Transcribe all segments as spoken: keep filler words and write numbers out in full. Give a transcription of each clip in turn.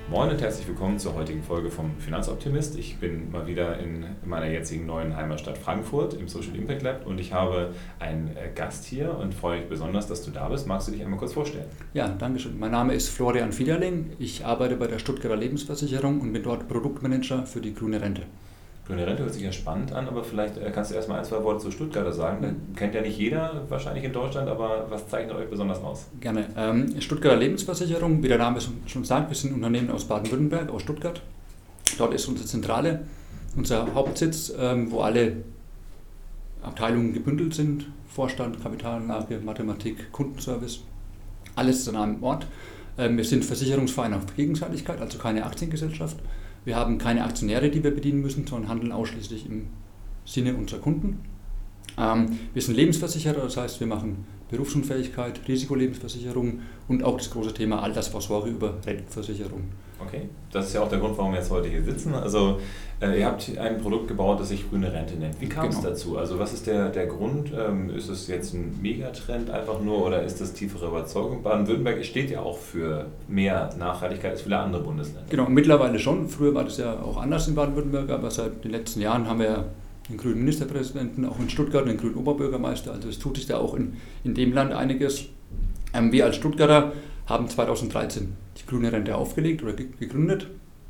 Moin und herzlich willkommen zur heutigen Folge vom Finanzoptimist. Ich bin mal wieder in meiner jetzigen neuen Heimatstadt Frankfurt im Social Impact Lab und ich habe einen Gast hier und freue mich besonders, dass du da bist. Magst du dich einmal kurz vorstellen? Ja, danke schön. Mein Name ist Florian Fiederling. Ich arbeite bei der Stuttgarter Lebensversicherung und bin dort Produktmanager für die grüne Rente. Grüne Rente hört sich ja spannend an, aber vielleicht kannst du erstmal ein, zwei Worte zu Stuttgarter sagen. Das kennt ja nicht jeder wahrscheinlich in Deutschland, aber was zeichnet euch besonders aus? Gerne. Ähm, Stuttgarter Lebensversicherung, wie der Name schon sagt, wir sind ein Unternehmen aus Baden-Württemberg, aus Stuttgart. Dort ist unsere Zentrale, unser Hauptsitz, ähm, wo alle Abteilungen gebündelt sind. Vorstand, Kapitalanlage, Mathematik, Kundenservice, alles an einem Ort. Ähm, wir sind Versicherungsverein auf Gegenseitigkeit, also keine Aktiengesellschaft. Wir haben keine Aktionäre, die wir bedienen müssen, sondern handeln ausschließlich im Sinne unserer Kunden. Ähm, wir sind Lebensversicherer, das heißt, wir machen Berufsunfähigkeit, Risikolebensversicherung und auch das große Thema Altersvorsorge über Rentenversicherung. Okay, das ist ja auch der Grund, warum wir jetzt heute hier sitzen. Also äh, ihr habt ein Produkt gebaut, das sich grüne Rente nennt. Wie kam es genau. dazu? Also was ist der, der Grund? Ähm, ist es jetzt ein Megatrend einfach nur oder ist das tiefere Überzeugung? Baden-Württemberg steht ja auch für mehr Nachhaltigkeit als viele andere Bundesländer. Genau, mittlerweile schon. Früher war das ja auch anders in Baden-Württemberg, aber seit den letzten Jahren haben wir den grünen Ministerpräsidenten, auch in Stuttgart den grünen Oberbürgermeister. Also es tut sich da auch in, in dem Land einiges. Ähm, wir als Stuttgarter haben zweitausenddreizehn die grüne Rente aufgelegt oder gegründet,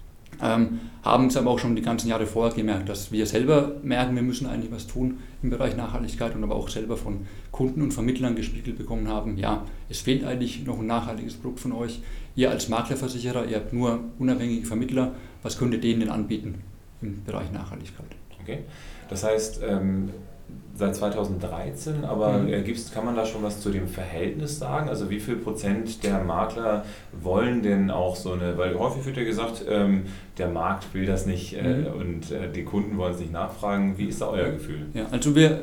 ähm, haben es aber auch schon die ganzen Jahre vorher gemerkt, dass wir selber merken, wir müssen eigentlich was tun im Bereich Nachhaltigkeit und aber auch selber von Kunden und Vermittlern gespiegelt bekommen haben, ja, es fehlt eigentlich noch ein nachhaltiges Produkt von euch. Ihr als Maklerversicherer, ihr habt nur unabhängige Vermittler, was könnt ihr denen denn anbieten im Bereich Nachhaltigkeit? Okay, das heißt, ähm, seit zweitausenddreizehn, aber mhm. gibt's, kann man da schon was zu dem Verhältnis sagen? Also wie viel Prozent der Makler wollen denn auch so eine, weil häufig wird ja gesagt, ähm, der Markt will das nicht äh, mhm. und äh, die Kunden wollen es nicht nachfragen. Wie ist da euer Gefühl? Ja, also wir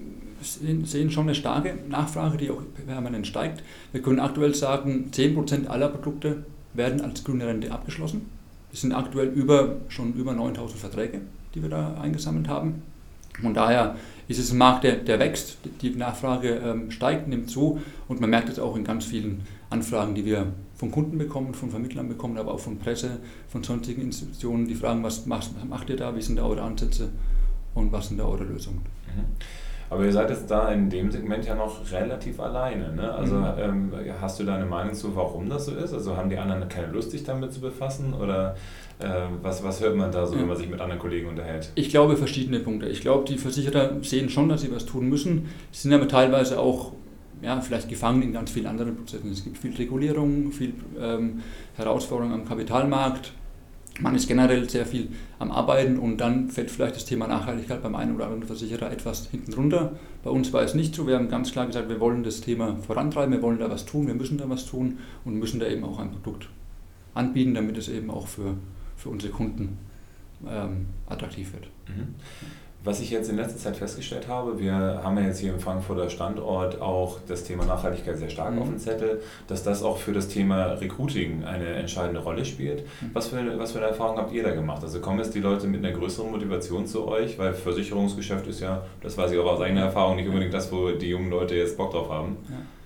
sehen schon eine starke Nachfrage, die auch permanent steigt. Wir können aktuell sagen, zehn Prozent aller Produkte werden als grüne Rente abgeschlossen. Es sind aktuell über, schon über neuntausend Verträge, die wir da eingesammelt haben. Von daher ist es ein Markt, der, der wächst, die Nachfrage ähm, steigt, nimmt zu und man merkt es auch in ganz vielen Anfragen, die wir von Kunden bekommen, von Vermittlern bekommen, aber auch von Presse, von sonstigen Institutionen, die fragen, was macht, macht ihr da, wie sind da eure Ansätze und was sind da eure Lösungen. Mhm. Aber ihr seid jetzt da in dem Segment ja noch relativ alleine, ne? Also mhm. ähm, hast du da eine Meinung zu, warum das so ist? Also haben die anderen keine Lust, sich damit zu befassen? Oder äh, was, was hört man da so, ja. wenn man sich mit anderen Kollegen unterhält? Ich glaube verschiedene Punkte. Ich glaube, die Versicherer sehen schon, dass sie was tun müssen. Sie sind aber teilweise auch ja, vielleicht gefangen in ganz vielen anderen Prozessen. Es gibt viel Regulierung, viel ähm, Herausforderungen am Kapitalmarkt. Man ist generell sehr viel am Arbeiten und dann fällt vielleicht das Thema Nachhaltigkeit beim einen oder anderen Versicherer etwas hinten runter. Bei uns war es nicht so. Wir haben ganz klar gesagt, wir wollen das Thema vorantreiben, wir wollen da was tun, wir müssen da was tun und müssen da eben auch ein Produkt anbieten, damit es eben auch für, für unsere Kunden ähm, attraktiv wird. Mhm. Was ich jetzt in letzter Zeit festgestellt habe, wir haben ja jetzt hier im Frankfurter Standort auch das Thema Nachhaltigkeit sehr stark mhm. auf dem Zettel, dass das auch für das Thema Recruiting eine entscheidende Rolle spielt. Mhm. Was für eine, was für eine Erfahrung habt ihr da gemacht? Also kommen jetzt die Leute mit einer größeren Motivation zu euch, weil Versicherungsgeschäft ist ja, das weiß ich auch aus eigener Erfahrung, nicht unbedingt das, wo die jungen Leute jetzt Bock drauf haben.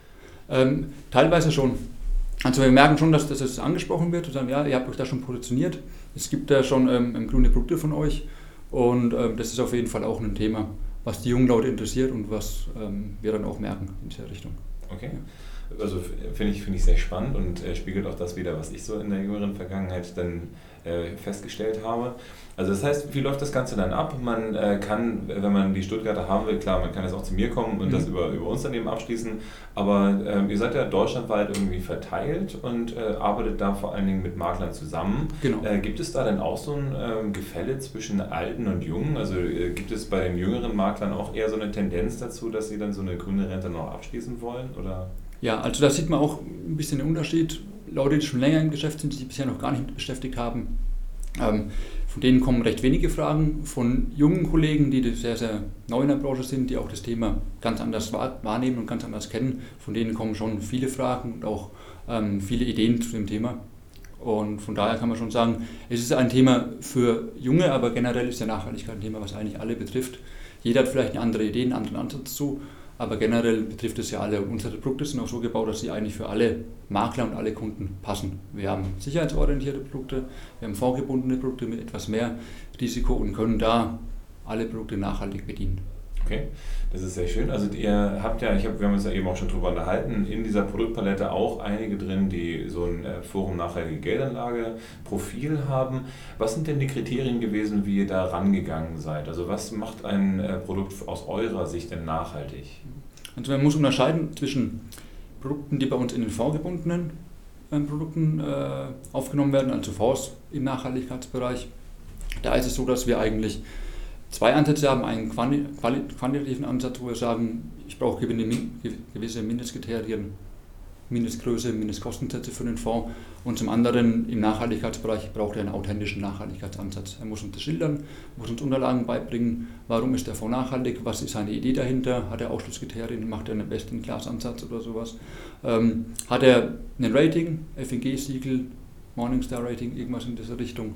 Ja. Ähm, teilweise schon. Also wir merken schon, dass das angesprochen wird und sagen, ja, ihr habt euch da schon positioniert, es gibt da schon ähm, grüne Produkte von euch. Und ähm, das ist auf jeden Fall auch ein Thema, was die jungen Leute interessiert und was ähm, wir dann auch merken in dieser Richtung. Okay, also finde ich, find ich sehr spannend und äh, spiegelt auch das wieder, was ich so in der jüngeren Vergangenheit dann äh, festgestellt habe. Also das heißt, wie läuft das Ganze dann ab? Man äh, kann, wenn man die Stuttgarter haben will, klar, man kann jetzt auch zu mir kommen und mhm. das über, über uns dann eben abschließen, aber äh, ihr seid ja deutschlandweit irgendwie verteilt und äh, arbeitet da vor allen Dingen mit Maklern zusammen. Genau. Äh, gibt es da denn auch so ein äh, Gefälle zwischen Alten und Jungen? Also äh, gibt es bei den jüngeren Maklern auch eher so eine Tendenz dazu, dass sie dann so eine grüne Rente noch abschließen wollen? Oder? Ja, also da sieht man auch ein bisschen den Unterschied. Leute, die schon länger im Geschäft sind, die sich bisher noch gar nicht mit beschäftigt haben, ähm, von denen kommen recht wenige Fragen. Von jungen Kollegen, die sehr, sehr neu in der Branche sind, die auch das Thema ganz anders wahrnehmen und ganz anders kennen, von denen kommen schon viele Fragen und auch ähm, viele Ideen zu dem Thema. Und von daher kann man schon sagen, es ist ein Thema für Junge, aber generell ist ja Nachhaltigkeit ein Thema, was eigentlich alle betrifft. Jeder hat vielleicht eine andere Idee, einen anderen Ansatz zu. aber generell betrifft es ja alle. Unsere Produkte sind auch so gebaut, dass sie eigentlich für alle Makler und alle Kunden passen. Wir haben sicherheitsorientierte Produkte, wir haben vorgebundene Produkte mit etwas mehr Risiko und können da alle Produkte nachhaltig bedienen. Okay, das ist sehr schön. Also ihr habt ja, ich hab, wir haben uns ja eben auch schon drüber unterhalten, in dieser Produktpalette auch einige drin, die so ein Forum nachhaltige Geldanlage Profil haben. Was sind denn die Kriterien gewesen, wie ihr da rangegangen seid? Also was macht ein Produkt aus eurer Sicht denn nachhaltig? Also man muss unterscheiden zwischen Produkten, die bei uns in den vorgebundenen äh, Produkten äh, aufgenommen werden, also Fonds im Nachhaltigkeitsbereich. Da ist es so, dass wir eigentlich zwei Ansätze haben, einen quantitativen Ansatz, wo wir sagen, ich brauche gewisse Mindestkriterien, Mindestgröße, Mindestkostensätze für den Fonds, und zum anderen im Nachhaltigkeitsbereich braucht er einen authentischen Nachhaltigkeitsansatz. Er muss uns das schildern, muss uns Unterlagen beibringen, warum ist der Fonds nachhaltig, was ist seine Idee dahinter, hat er Ausschlusskriterien, macht er einen Best-in-Class-Ansatz oder sowas, ähm, hat er ein Rating, F N G-Siegel, Morningstar-Rating, irgendwas in dieser Richtung,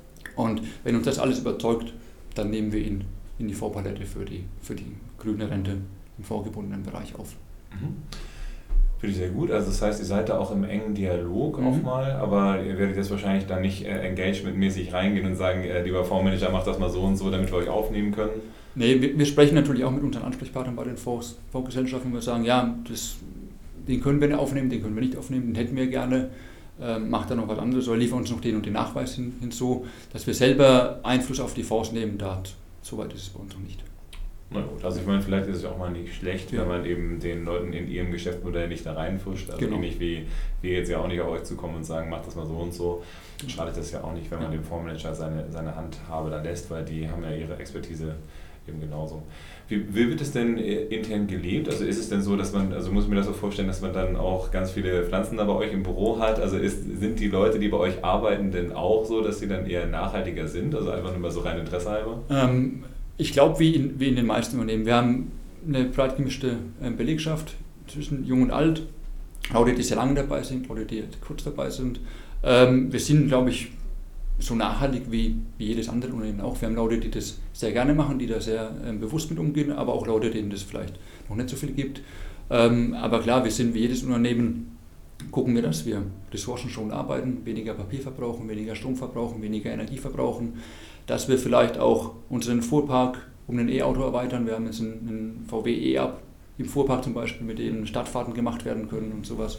und wenn uns das alles überzeugt, dann nehmen wir ihn in die Fondspalette für die, für die grüne Rente im vorgebundenen Bereich auf. Mhm. Finde ich sehr gut. Also das heißt, ihr seid da auch im engen Dialog mhm. auch mal, aber ihr werdet jetzt wahrscheinlich da nicht äh, engagementmäßig reingehen und sagen, äh, lieber Fondsmanager, macht das mal so und so, damit wir euch aufnehmen können. Nee, wir, wir sprechen natürlich auch mit unseren Ansprechpartnern bei den Fonds, Fondsgesellschaften, wo wir sagen, ja, das, den können wir nicht aufnehmen, den können wir nicht aufnehmen, den hätten wir gerne. Macht er noch was anderes oder liefert uns noch den und den Nachweis hin, hinzu, dass wir selber Einfluss auf die Fonds nehmen, da soweit ist es bei uns noch nicht. Na gut, also ich meine, vielleicht ist es auch mal nicht schlecht, ja. wenn man eben den Leuten in ihrem Geschäftsmodell nicht da reinfuscht, also genau. ähnlich wie wir jetzt ja auch nicht auf euch zukommen und sagen, macht das mal so und so, schadet das ja auch nicht, wenn man ja. dem Fondsmanager seine, seine Handhabe da lässt, weil die haben ja ihre Expertise eben genauso. Wie, wie wird es denn intern gelebt? Also ist es denn so, dass man, also muss ich mir das so vorstellen, dass man dann auch ganz viele Pflanzen da bei euch im Büro hat? Also ist, sind die Leute, die bei euch arbeiten, denn auch so, dass sie dann eher nachhaltiger sind? Also einfach nur mal so rein Interesse halber? Ähm, ich glaube, wie in, wie in den meisten Unternehmen. Wir haben eine breit gemischte Belegschaft zwischen Jung und Alt. Leute, die sehr lange dabei sind, Leute, die kurz dabei sind. Ähm, wir sind, glaube ich, so nachhaltig wie, wie jedes andere Unternehmen auch. Wir haben Leute, die das sehr gerne machen, die da sehr ähm, bewusst mit umgehen, aber auch Leute, denen das vielleicht noch nicht so viel gibt. Ähm, aber klar, wir sind wie jedes Unternehmen, gucken wir, dass wir ressourcenschonend arbeiten, weniger Papier verbrauchen, weniger Strom verbrauchen, weniger Energie verbrauchen, dass wir vielleicht auch unseren Fuhrpark um ein E-Auto erweitern. Wir haben jetzt einen, einen V W E-Up im Fuhrpark zum Beispiel, mit dem Stadtfahrten gemacht werden können und sowas.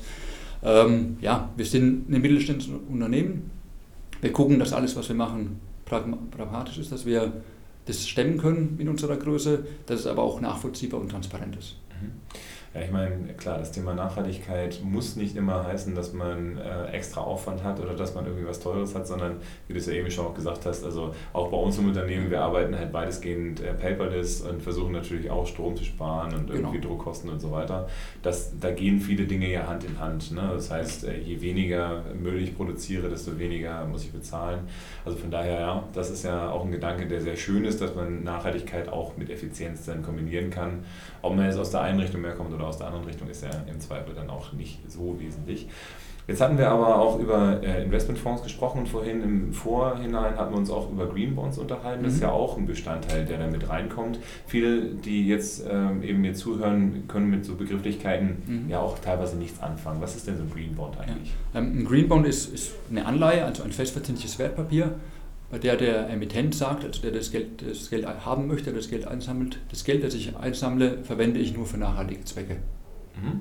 Ähm, ja, wir sind ein mittelständisches Unternehmen. Wir gucken, dass alles, was wir machen, pragmatisch ist, dass wir das stemmen können in unserer Größe, dass es aber auch nachvollziehbar und transparent ist. Ja, ich meine, klar, das Thema Nachhaltigkeit muss nicht immer heißen, dass man äh, extra Aufwand hat oder dass man irgendwie was Teures hat, sondern, wie du es ja eben schon auch gesagt hast, also auch bei uns im Unternehmen, wir arbeiten halt weitestgehend äh, paperless und versuchen natürlich auch Strom zu sparen und irgendwie genau. Druckkosten und so weiter. Das, da gehen viele Dinge ja Hand in Hand. Ne? Das heißt, äh, je weniger Müll ich produziere, desto weniger muss ich bezahlen. Also von daher, ja, das ist ja auch ein Gedanke, der sehr schön ist, dass man Nachhaltigkeit auch mit Effizienz dann kombinieren kann. Ob man jetzt aus der einen Richtung mehr kommt oder aus der anderen Richtung, ist ja im Zweifel dann auch nicht so wesentlich. Jetzt hatten wir aber auch über äh, Investmentfonds gesprochen und vorhin im Vorhinein hatten wir uns auch über Green Bonds unterhalten. Das ist ja auch ein Bestandteil, der da mit reinkommt. Viele, die jetzt ähm, eben mir zuhören, können mit so Begrifflichkeiten mhm. ja auch teilweise nichts anfangen. Was ist denn so ein Green Bond eigentlich? Ja. Ähm, ein Green Bond ist, ist eine Anleihe, also ein festverzinsliches Wertpapier, bei der der Emittent sagt, also der das Geld, das Geld haben möchte, das Geld einsammelt. Das Geld, das ich einsammle, verwende ich nur für nachhaltige Zwecke. Mhm.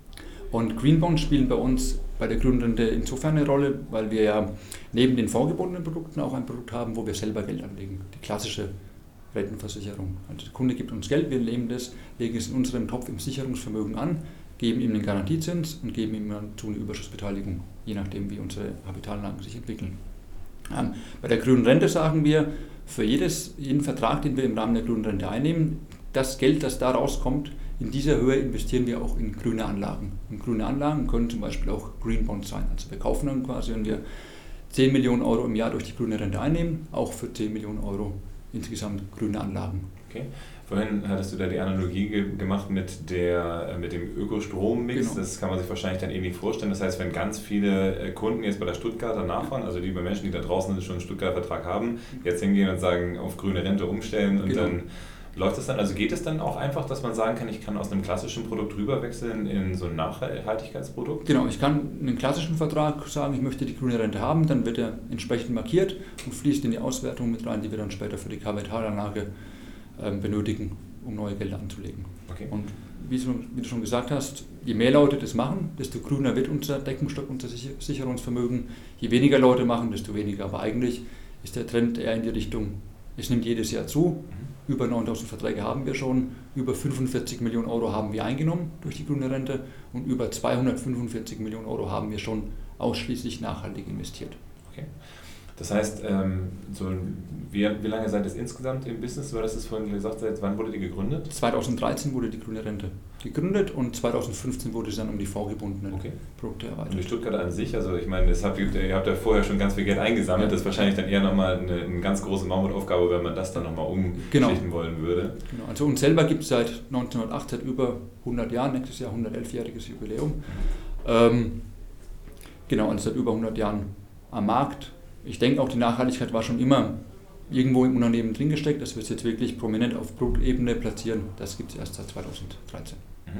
Und Green Bonds spielen bei uns bei der Grünrente insofern eine Rolle, weil wir ja neben den vorgebundenen Produkten auch ein Produkt haben, wo wir selber Geld anlegen. Die klassische Rentenversicherung. Also der Kunde gibt uns Geld, wir nehmen das, legen es in unserem Topf im Sicherungsvermögen an, geben ihm einen Garantiezins und geben ihm dazu eine Überschussbeteiligung, je nachdem wie unsere Kapitalanlagen sich entwickeln. Ähm, bei der grünen Rente sagen wir, für jedes, jeden Vertrag, den wir im Rahmen der grünen Rente einnehmen, das Geld, das da rauskommt, in dieser Höhe investieren wir auch in grüne Anlagen. Und grüne Anlagen können zum Beispiel auch Green Bonds sein. Also wir kaufen dann quasi, wenn wir zehn Millionen Euro im Jahr durch die grüne Rente einnehmen, auch für zehn Millionen Euro insgesamt grüne Anlagen. Okay. Vorhin hattest du da die Analogie ge- gemacht mit, der, mit dem Ökostrommix. Genau. Das kann man sich wahrscheinlich dann ähnlich vorstellen. Das heißt, wenn ganz viele Kunden jetzt bei der Stuttgarter nachfragen, also die Menschen, die da draußen schon einen Stuttgarter Vertrag haben, jetzt hingehen und sagen, auf grüne Rente umstellen und genau. dann Läuft das dann, also geht es dann auch einfach, dass man sagen kann, ich kann aus einem klassischen Produkt rüberwechseln in so ein Nachhaltigkeitsprodukt? Genau, ich kann einen klassischen Vertrag sagen, ich möchte die grüne Rente haben, dann wird er entsprechend markiert und fließt in die Auswertung mit rein, die wir dann später für die Kapitalanlage ähm, benötigen, um neue Gelder anzulegen. Okay. Und wie du, wie du schon gesagt hast, je mehr Leute das machen, desto grüner wird unser Deckungsstock, unser Sicherungsvermögen. Je weniger Leute machen, desto weniger. Aber eigentlich ist der Trend eher in die Richtung, es nimmt jedes Jahr zu. Über neuntausend Verträge haben wir schon, über fünfundvierzig Millionen Euro haben wir eingenommen durch die grüne Rente und über zweihundertfünfundvierzig Millionen Euro haben wir schon ausschließlich nachhaltig investiert. Okay. Das heißt, ähm, so, wie, wie lange seid ihr insgesamt im Business? Du hattest es vorhin gesagt, seit wann wurde die gegründet? zweitausenddreizehn wurde die grüne Rente gegründet und zweitausendfünfzehn wurde sie dann um die vorgebundenen okay. Produkte erweitert. Und die Stuttgarter an sich, also ich meine, es habt, ihr habt ja vorher schon ganz viel Geld eingesammelt, das ist wahrscheinlich dann eher nochmal eine, eine ganz große Mammutaufgabe, wenn man das dann nochmal umschichten genau. wollen würde. Genau. Also uns selber gibt es seit neunzehnhundertacht, seit über hundert Jahren, nächstes Jahr hundertelfjähriges Jubiläum. Ähm, genau, also seit über hundert Jahren am Markt. Ich denke auch, die Nachhaltigkeit war schon immer irgendwo im Unternehmen drin gesteckt, dass wir es jetzt wirklich prominent auf Produktebene platzieren. Das gibt es erst seit zweitausenddreizehn.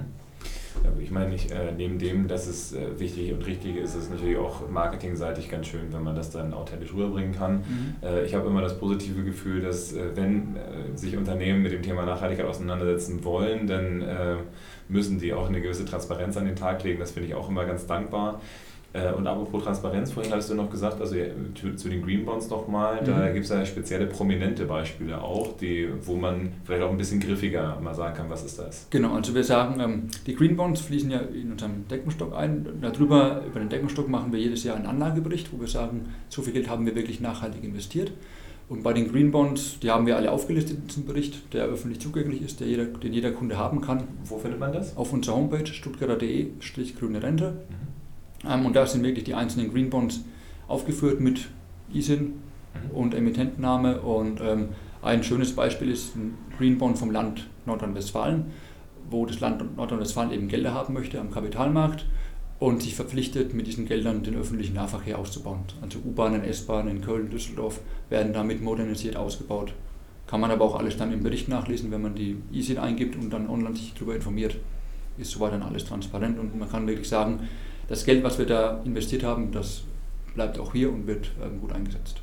Mhm. Ja, ich meine, ich, äh, neben dem, dass es äh, wichtig und richtig ist, ist es natürlich auch marketingseitig ganz schön, wenn man das dann authentisch rüberbringen kann. Mhm. Äh, ich habe immer das positive Gefühl, dass äh, wenn äh, sich Unternehmen mit dem Thema Nachhaltigkeit auseinandersetzen wollen, dann äh, müssen die auch eine gewisse Transparenz an den Tag legen. Das finde ich auch immer ganz dankbar. Und apropos Transparenz, vorhin hattest du noch gesagt, also zu den Green Bonds nochmal, mhm. da gibt es ja spezielle prominente Beispiele auch, die, wo man vielleicht auch ein bisschen griffiger mal sagen kann, was ist das? Genau, also wir sagen, die Green Bonds fließen ja in unserem Deckungsstock ein. Darüber, über den Deckungsstock machen wir jedes Jahr einen Anlagebericht, wo wir sagen, so viel Geld haben wir wirklich nachhaltig investiert. Und bei den Green Bonds, die haben wir alle aufgelistet in diesem Bericht, der öffentlich zugänglich ist, der jeder, den jeder Kunde haben kann. Wo findet man das? Auf unserer Homepage stuttgarter punkt de slash grüne Rente. Mhm. Und da sind wirklich die einzelnen Green Bonds aufgeführt mit I S I N und Emittentenname. Und ähm, ein schönes Beispiel ist ein Green Bond vom Land Nordrhein-Westfalen, wo das Land Nordrhein-Westfalen eben Gelder haben möchte am Kapitalmarkt und sich verpflichtet, mit diesen Geldern den öffentlichen Nahverkehr auszubauen. Also U-Bahnen, S-Bahnen in Köln, Düsseldorf werden damit modernisiert ausgebaut. Kann man aber auch alles dann im Bericht nachlesen, wenn man die I S I N eingibt und dann online sich darüber informiert. Ist soweit dann alles transparent und man kann wirklich sagen, das Geld, was wir da investiert haben, das bleibt auch hier und wird ähm, gut eingesetzt.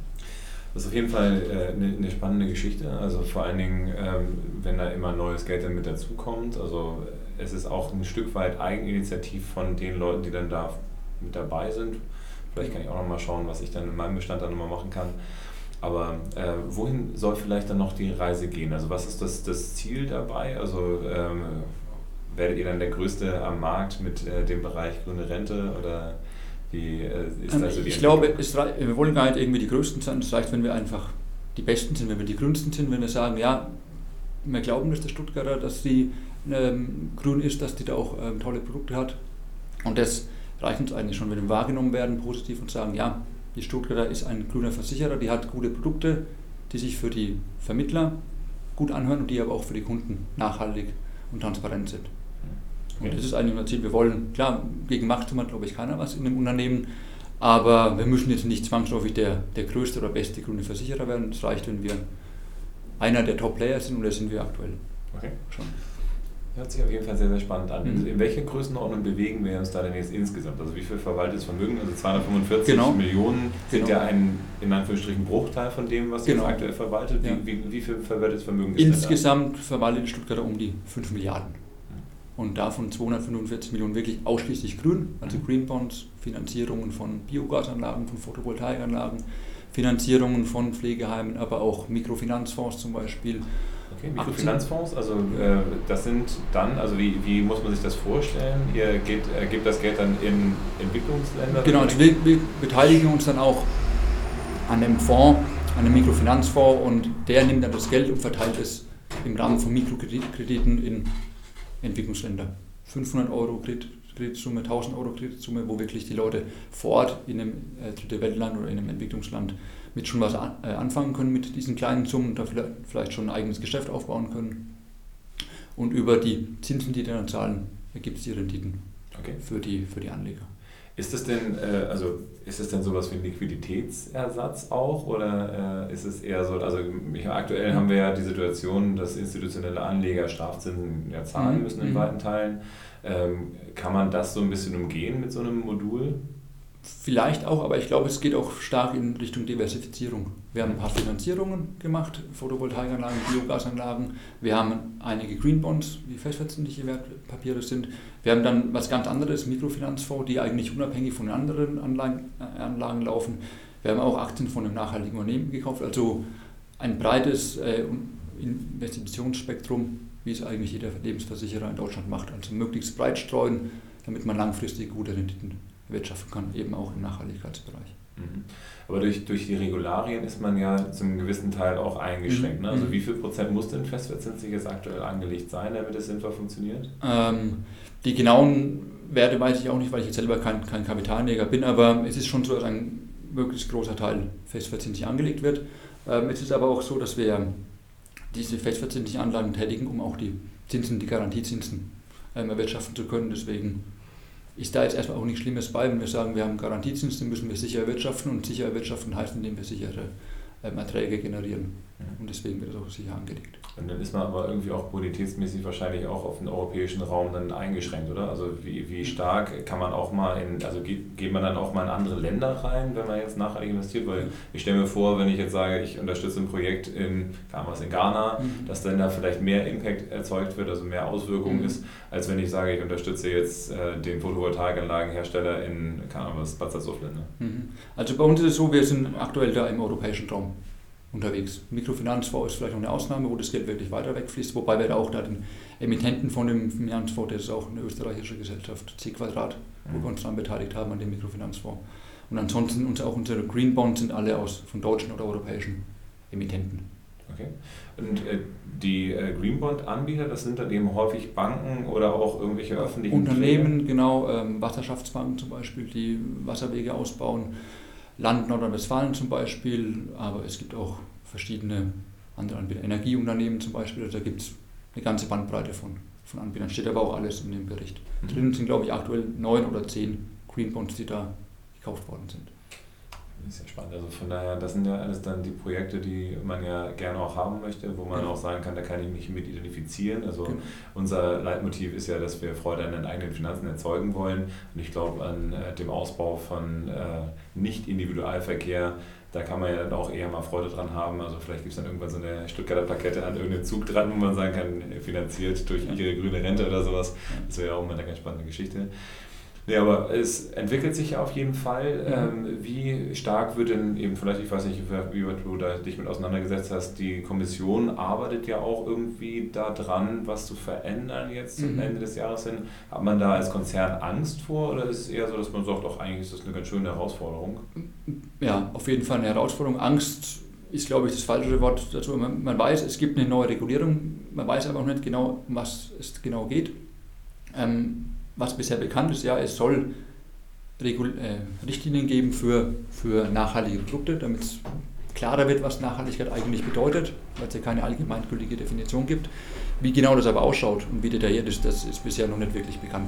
Das ist auf jeden Fall äh, eine, eine spannende Geschichte, also vor allen Dingen, ähm, wenn da immer neues Geld dann mit dazukommt. Also es ist auch ein Stück weit Eigeninitiativ von den Leuten, die dann da mit dabei sind. Vielleicht kann ich auch nochmal schauen, was ich dann in meinem Bestand dann nochmal machen kann. Aber äh, wohin soll vielleicht dann noch die Reise gehen? Also was ist das, das Ziel dabei? Also ähm, werdet ihr dann der Größte am Markt mit äh, dem Bereich grüne Rente oder wie äh, ist das so die Ich glaube, es rei- wir wollen gar nicht irgendwie die Größten sein, es reicht, wenn wir einfach die Besten sind, wenn wir die Grünsten sind, wenn wir sagen, ja, wir glauben, dass der Stuttgarter, dass sie ähm, grün ist, dass die da auch ähm, tolle Produkte hat und das reicht uns eigentlich schon, wenn wir wahrgenommen werden, positiv und sagen, ja, die Stuttgarter ist ein grüner Versicherer, die hat gute Produkte, die sich für die Vermittler gut anhören und die aber auch für die Kunden nachhaltig und transparent sind. Und das ist eigentlich unser Ziel. Wir wollen, klar, gegen Wachstum hat, glaube ich, keiner was in dem Unternehmen, aber wir müssen jetzt nicht zwangsläufig der, der größte oder beste grüne Versicherer werden. Es reicht, wenn wir einer der Top-Player sind und das sind wir aktuell okay. schon. Hört sich auf jeden Fall sehr, sehr spannend an. Mhm. In welche Größenordnung bewegen wir uns da denn jetzt insgesamt? Also wie viel verwaltetes Vermögen? Also zweihundertfünfundvierzig genau. Millionen sind genau. ja ein, in Anführungsstrichen, Bruchteil von dem, was genau. jetzt aktuell verwaltet. Wie, ja. wie, wie viel verwaltetes Vermögen ist insgesamt denn da? verwaltet die Stuttgarter um die fünf Milliarden. Und davon zweihundertfünfundvierzig Millionen wirklich ausschließlich grün, also Green Bonds, Finanzierungen von Biogasanlagen, von Photovoltaikanlagen, Finanzierungen von Pflegeheimen, aber auch Mikrofinanzfonds zum Beispiel. Okay, Mikrofinanzfonds, also äh, das sind dann, also wie, wie muss man sich das vorstellen? Ihr geht, äh, gebt das Geld dann in Entwicklungsländer? Genau, also wir, wir beteiligen uns dann auch an dem Fonds, an dem Mikrofinanzfonds und der nimmt dann das Geld und verteilt es im Rahmen von Mikrokrediten in Entwicklungsländer. fünfhundert Euro Kreditsumme, tausend Euro Kreditsumme, wo wirklich die Leute vor Ort in einem äh, dritte Weltland oder in einem Entwicklungsland mit schon was an, äh, anfangen können mit diesen kleinen Summen und da vielleicht, vielleicht schon ein eigenes Geschäft aufbauen können. Und über die Zinsen, die die dann zahlen, gibt es die Renditen okay. für, die, für die Anleger. Ist es denn, äh, also ist es denn sowas wie ein Liquiditätsersatz auch oder äh, ist es eher so, also aktuell haben wir ja die Situation, dass institutionelle Anleger Strafzinsen ja zahlen müssen in weiten Teilen. Ähm, kann man das so ein bisschen umgehen mit so einem Modul? Vielleicht auch, aber ich glaube, es geht auch stark in Richtung Diversifizierung. Wir haben ein paar Finanzierungen gemacht, Photovoltaikanlagen, Biogasanlagen. Wir haben einige Green Bonds, die festverzinsliche Wertpapiere sind. Wir haben dann was ganz anderes, Mikrofinanzfonds, die eigentlich unabhängig von anderen Anlagen, äh, Anlagen laufen. Wir haben auch Aktien von einem nachhaltigen Unternehmen gekauft. Also ein breites äh, Investitionsspektrum, wie es eigentlich jeder Lebensversicherer in Deutschland macht. Also möglichst breit streuen, damit man langfristig gute Renditen wirtschaften kann, eben auch im Nachhaltigkeitsbereich. Aber durch, durch die Regularien ist man ja zum gewissen Teil auch eingeschränkt. Ne? Also wie viel Prozent muss denn festverzinsliches aktuell angelegt sein, damit es sinnvoll funktioniert? Ähm, die genauen Werte weiß ich auch nicht, weil ich jetzt selber kein, kein Kapitalanleger bin, aber es ist schon so, dass ein möglichst großer Teil festverzinslich angelegt wird. Ähm, es ist aber auch so, dass wir diese festverzinslichen Anlagen tätigen, um auch die Zinsen, die Garantiezinsen ähm, erwirtschaften zu können. Deswegen ist da jetzt erstmal auch nichts Schlimmes bei, wenn wir sagen, wir haben Garantiezins, dann müssen wir sicher erwirtschaften und sicher erwirtschaften heißt, indem wir sichere ähm, Erträge generieren. Und deswegen wird das auch sicher angelegt. Und dann ist man aber irgendwie auch bonitätsmäßig wahrscheinlich auch auf den europäischen Raum dann eingeschränkt, oder? Also wie, wie stark kann man auch mal in, also geht, geht man dann auch mal in andere Länder rein, wenn man jetzt nachhaltig investiert? Weil ich stelle mir vor, wenn ich jetzt sage, ich unterstütze ein Projekt in, was in Ghana, mhm. dass dann da vielleicht mehr Impact erzeugt wird, also mehr Auswirkungen mhm. ist, als wenn ich sage, ich unterstütze jetzt äh, den Photovoltaikanlagenhersteller in, keine Ahnung, was, Bad Salzuflen. Ne? Mhm. Also bei uns ist es so, wir sind aktuell da im europäischen Raum unterwegs. Mikrofinanzfonds ist vielleicht noch eine Ausnahme, wo das Geld wirklich weiter wegfließt, wobei wir da auch da den Emittenten von dem Finanzfonds, das ist auch eine österreichische Gesellschaft, C Quadrat, wo wir uns daran beteiligt haben an dem Mikrofinanzfonds. Und ansonsten uns auch unsere Green Bonds sind alle aus von deutschen oder europäischen Emittenten. Okay. Und äh, die äh, Green Bond Anbieter, das sind dann eben häufig Banken oder auch irgendwelche öffentlichen Unternehmen, Träger? Genau, ähm, Wasserschaftsbanken zum Beispiel, die Wasserwege ausbauen. Land Nordrhein-Westfalen zum Beispiel, aber es gibt auch verschiedene andere Anbieter, Energieunternehmen zum Beispiel, also da gibt es eine ganze Bandbreite von, von Anbietern, steht aber auch alles in dem Bericht. Mhm. Drin sind, glaube ich, aktuell neun oder zehn Green Bonds, die da gekauft worden sind. Das ist ja spannend, also von daher, das sind ja alles dann die Projekte, die man ja gerne auch haben möchte, wo man ja. auch sagen kann, da kann ich mich mit identifizieren. Also genau. Unser Leitmotiv ist ja, dass wir Freude an den eigenen Finanzen erzeugen wollen und ich glaube an äh, dem Ausbau von äh, Nicht-Individualverkehr, da kann man ja dann auch eher mal Freude dran haben. Also vielleicht gibt es dann irgendwann so eine Stuttgarter Plakette an irgendeinen Zug dran, wo man sagen kann, finanziert durch ja. ihre grüne Rente oder sowas. Das wäre ja auch mal eine ganz spannende Geschichte. Nee, aber es entwickelt sich ja auf jeden Fall. Mhm. Ähm, wie stark wird denn eben, vielleicht, ich weiß nicht, wie du da dich mit auseinandergesetzt hast, die Kommission arbeitet ja auch irgendwie daran, was zu verändern jetzt zum mhm. Ende des Jahres hin. Hat man da als Konzern Angst vor oder ist es eher so, dass man sagt, auch eigentlich ist das eine ganz schöne Herausforderung? Ja, auf jeden Fall eine Herausforderung. Angst ist, glaube ich, das falsche Wort dazu. Man, man weiß, es gibt eine neue Regulierung, man weiß aber noch nicht genau, um was es genau geht. Ähm, Was bisher bekannt ist, ja, es soll Regul- äh, Richtlinien geben für, für nachhaltige Produkte, damit es klarer wird, was Nachhaltigkeit eigentlich bedeutet, weil es ja keine allgemeingültige Definition gibt. Wie genau das aber ausschaut und wie detailliert ist, das ist bisher noch nicht wirklich bekannt.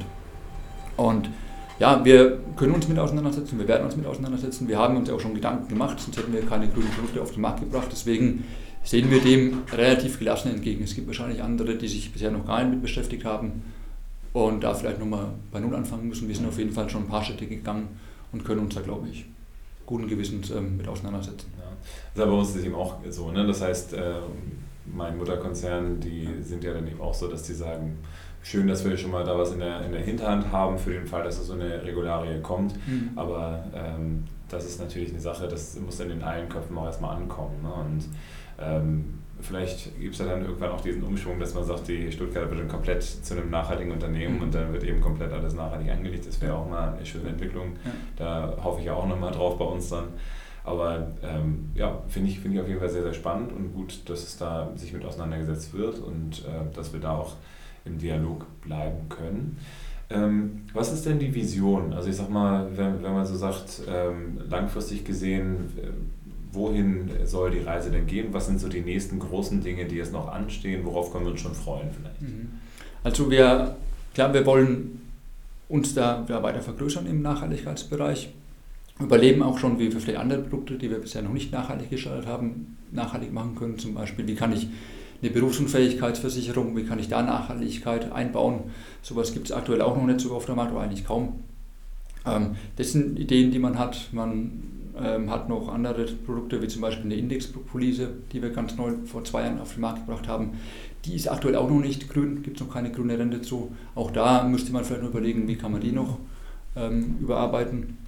Und ja, wir können uns mit auseinandersetzen, wir werden uns mit auseinandersetzen. Wir haben uns ja auch schon Gedanken gemacht, sonst hätten wir keine grünen Produkte auf den Markt gebracht. Deswegen sehen wir dem relativ gelassen entgegen. Es gibt wahrscheinlich andere, die sich bisher noch gar nicht mit beschäftigt haben und da vielleicht nochmal bei Null anfangen müssen. Wir sind auf jeden Fall schon ein paar Schritte gegangen und können uns da, glaube ich, guten Gewissens ähm, mit auseinandersetzen. Ja. Das ist bei uns ist eben auch so, ne? Das heißt, äh, mein Mutterkonzern, die sind ja dann eben auch so, dass die sagen, schön, dass wir schon mal da was in der, in der Hinterhand haben für den Fall, dass so eine Regularie kommt, mhm. aber ähm, das ist natürlich eine Sache, das muss dann in allen Köpfen auch erstmal ankommen. Ne? Und ähm, vielleicht gibt es ja dann irgendwann auch diesen Umschwung, dass man sagt, die Stuttgarter wird dann komplett zu einem nachhaltigen Unternehmen mhm. und dann wird eben komplett alles nachhaltig angelegt. Das wäre auch mal eine schöne Entwicklung. Ja. Da hoffe ich ja auch nochmal drauf bei uns dann. Aber ähm, ja, finde ich, find ich auf jeden Fall sehr, sehr spannend und gut, dass es da sich mit auseinandergesetzt wird und äh, dass wir da auch im Dialog bleiben können. Ähm, was ist denn die Vision? Also ich sag mal, wenn, wenn man so sagt, ähm, langfristig gesehen, äh, wohin soll die Reise denn gehen? Was sind so die nächsten großen Dinge, die jetzt noch anstehen? Worauf können wir uns schon freuen vielleicht? Also wir, klar, wir wollen uns da, da weiter vergrößern im Nachhaltigkeitsbereich. Überleben auch schon, wie wir vielleicht andere Produkte, die wir bisher noch nicht nachhaltig gestaltet haben, nachhaltig machen können. Zum Beispiel, wie kann ich eine Berufsunfähigkeitsversicherung, wie kann ich da Nachhaltigkeit einbauen. Sowas gibt es aktuell auch noch nicht so auf der Markt, oder eigentlich kaum. Ähm, das sind Ideen, die man hat. Man ähm, hat noch andere Produkte, wie zum Beispiel eine Indexpolice, die wir ganz neu vor zwei Jahren auf den Markt gebracht haben. Die ist aktuell auch noch nicht grün, gibt es noch keine grüne Rente zu. Auch da müsste man vielleicht noch überlegen, wie kann man die noch ähm, überarbeiten.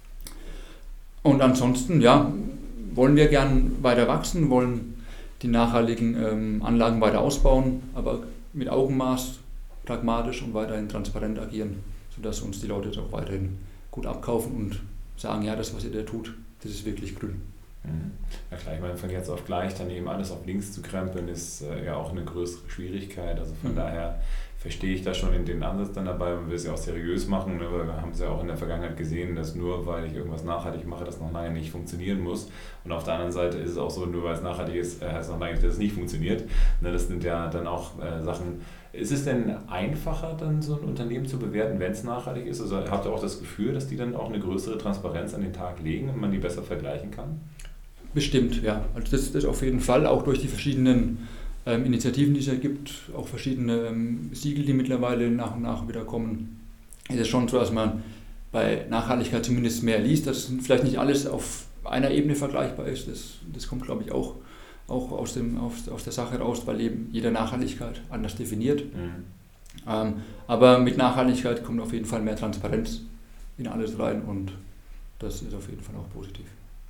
Und ansonsten, ja, wollen wir gern weiter wachsen, wollen die nachhaltigen ähm, Anlagen weiter ausbauen, aber mit Augenmaß, pragmatisch und weiterhin transparent agieren, sodass uns die Leute das auch weiterhin gut abkaufen und sagen, ja, das, was ihr da tut, das ist wirklich grün. Ja klar, ich meine, von jetzt auf gleich dann eben alles auf links zu krempeln, ist äh, ja auch eine größere Schwierigkeit. Also von mhm. daher verstehe ich da schon in den Ansatz dann dabei, man will es ja auch seriös machen, ne? Weil wir haben es ja auch in der Vergangenheit gesehen, dass nur weil ich irgendwas nachhaltig mache, das noch lange nicht funktionieren muss. Und auf der anderen Seite ist es auch so, nur weil es nachhaltig ist, heißt es noch lange nicht, dass es nicht funktioniert. Ne? Das sind ja dann auch äh, Sachen. Ist es denn einfacher, dann so ein Unternehmen zu bewerten, wenn es nachhaltig ist? Also habt ihr auch das Gefühl, dass die dann auch eine größere Transparenz an den Tag legen und man die besser vergleichen kann? Bestimmt, ja. Also das, das auf jeden Fall, auch durch die verschiedenen ähm, Initiativen, die es ja gibt, auch verschiedene ähm, Siegel, die mittlerweile nach und nach wieder kommen. Ist es schon so, dass man bei Nachhaltigkeit zumindest mehr liest, dass vielleicht nicht alles auf einer Ebene vergleichbar ist. Das, das kommt, glaube ich, auch, auch aus, dem, aus, aus der Sache raus, weil eben jeder Nachhaltigkeit anders definiert. Mhm. Ähm, aber mit Nachhaltigkeit kommt auf jeden Fall mehr Transparenz in alles rein und das ist auf jeden Fall auch positiv.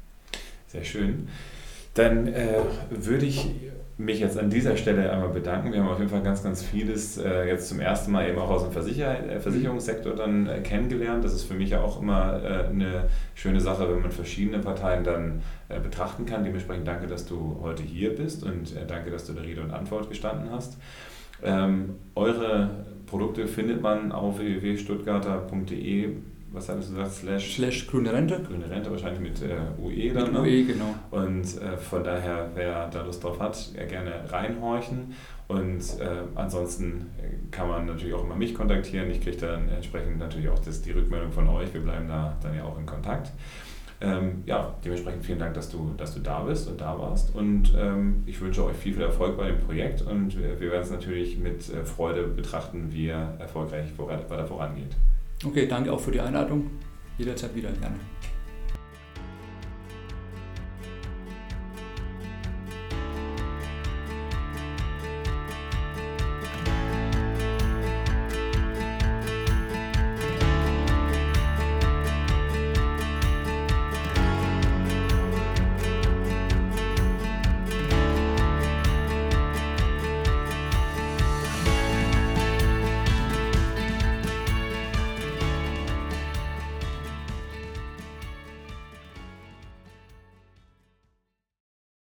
Sehr schön. Dann äh, würde ich mich jetzt an dieser Stelle einmal bedanken. Wir haben auf jeden Fall ganz, ganz vieles äh, jetzt zum ersten Mal eben auch aus dem Versicher- äh, Versicherungssektor dann äh, kennengelernt. Das ist für mich ja auch immer äh, eine schöne Sache, wenn man verschiedene Parteien dann äh, betrachten kann. Dementsprechend danke, dass du heute hier bist und äh, danke, dass du der Rede und Antwort gestanden hast. Ähm, eure Produkte findet man auf w w w punkt stuttgarter punkt d e. Was hattest du gesagt? Slash, Slash grüne Rente. Grüne Rente, wahrscheinlich mit äh, U E dann. Mit U E, genau. Und äh, von daher, wer da Lust drauf hat, gerne reinhorchen. Und äh, ansonsten kann man natürlich auch immer mich kontaktieren. Ich kriege dann entsprechend natürlich auch das, die Rückmeldung von euch. Wir bleiben da dann ja auch in Kontakt. Ähm, ja, dementsprechend vielen Dank, dass du, dass du da bist und da warst. Und ähm, ich wünsche euch viel, viel Erfolg bei dem Projekt. Und wir, wir werden es natürlich mit äh, Freude betrachten, wie ihr erfolgreich voran, weiter vorangeht. Okay, danke auch für die Einladung. Jederzeit wieder gerne.